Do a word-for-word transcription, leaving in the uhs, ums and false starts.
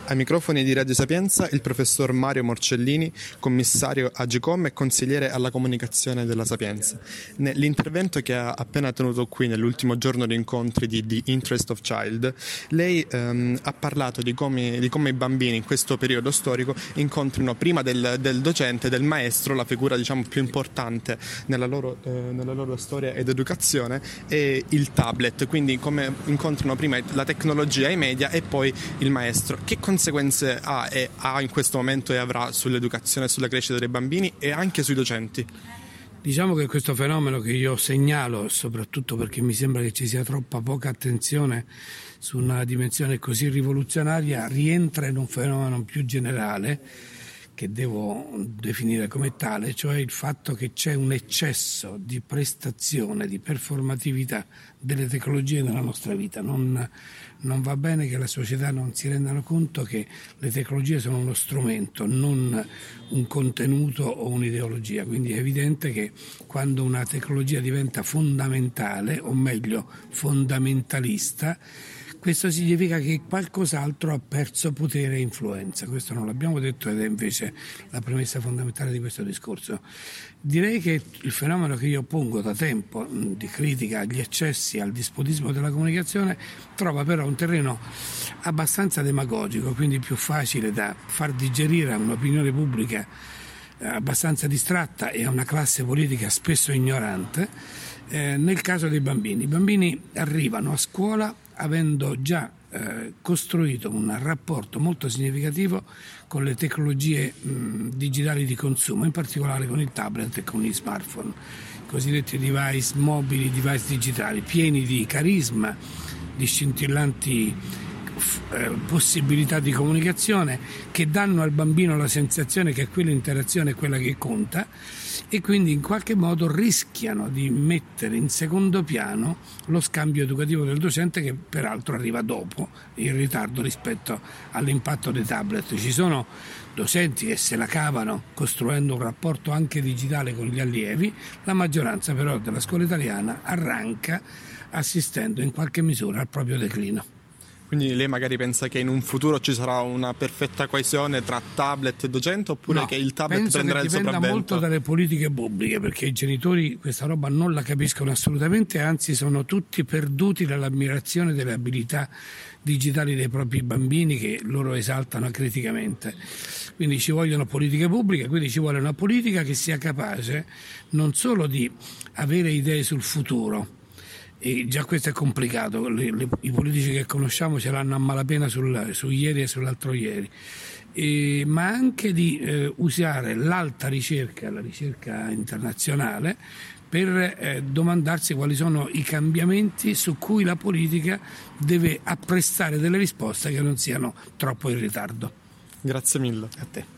Ai microfoni di Radio Sapienza il professor Mario Morcellini, commissario Agcom e consigliere alla comunicazione della Sapienza. Nell'intervento che ha appena tenuto qui nell'ultimo giorno di incontri di The Interest of Child, lei ehm, ha parlato di come, di come i bambini in questo periodo storico incontrino prima del, del docente, del maestro, la figura diciamo più importante nella loro, eh, nella loro storia ed educazione, e il tablet, quindi come incontrano prima la tecnologia, i media e poi il maestro. Che conseguenze ha e ha in questo momento e avrà sull'educazione e sulla crescita dei bambini e anche sui docenti? Diciamo che questo fenomeno che io segnalo, soprattutto perché mi sembra che ci sia troppa poca attenzione su una dimensione così rivoluzionaria, rientra in un fenomeno più generale che devo definire come tale, cioè il fatto che c'è un eccesso di prestazione, di performatività delle tecnologie nella nostra vita. Non, non va bene che la società non si rendano conto che le tecnologie sono uno strumento, non un contenuto o un'ideologia. Quindi è evidente che quando una tecnologia diventa fondamentale, o meglio fondamentalista, questo significa che qualcos'altro ha perso potere e influenza. Questo non l'abbiamo detto ed è invece la premessa fondamentale di questo discorso. Direi che il fenomeno che io pongo da tempo di critica agli eccessi, al dispotismo della comunicazione, trova però un terreno abbastanza demagogico, quindi più facile da far digerire a un'opinione pubblica abbastanza distratta e a una classe politica spesso ignorante. Eh, nel caso dei bambini, i bambini arrivano a scuola avendo già eh, costruito un rapporto molto significativo con le tecnologie mh, digitali di consumo, in particolare con il tablet e con gli smartphone, i cosiddetti device mobili, device digitali, pieni di carisma, di scintillanti eh, possibilità di comunicazione che danno al bambino la sensazione che quell'interazione è quella che conta, e quindi in qualche modo rischiano di mettere in secondo piano lo scambio educativo del docente, che peraltro arriva dopo, in ritardo rispetto all'impatto dei tablet. Ci sono docenti che se la cavano costruendo un rapporto anche digitale con gli allievi, la maggioranza però della scuola italiana arranca assistendo in qualche misura al proprio declino. Quindi lei magari pensa che in un futuro ci sarà una perfetta coesione tra tablet e docente, oppure no, che il tablet prenderà il sopravvento? Penso che dipenda molto dalle politiche pubbliche, perché i genitori questa roba non la capiscono assolutamente, anzi sono tutti perduti dall'ammirazione delle abilità digitali dei propri bambini che loro esaltano criticamente. Quindi ci vogliono politiche pubbliche, quindi ci vuole una politica che sia capace non solo di avere idee sul futuro, e già questo è complicato, le, le, i politici che conosciamo ce l'hanno a malapena sul, su ieri e sull'altro ieri, e, ma anche di eh, usare l'alta ricerca, la ricerca internazionale, per eh, domandarsi quali sono i cambiamenti su cui la politica deve apprestare delle risposte che non siano troppo in ritardo. Grazie mille. A te.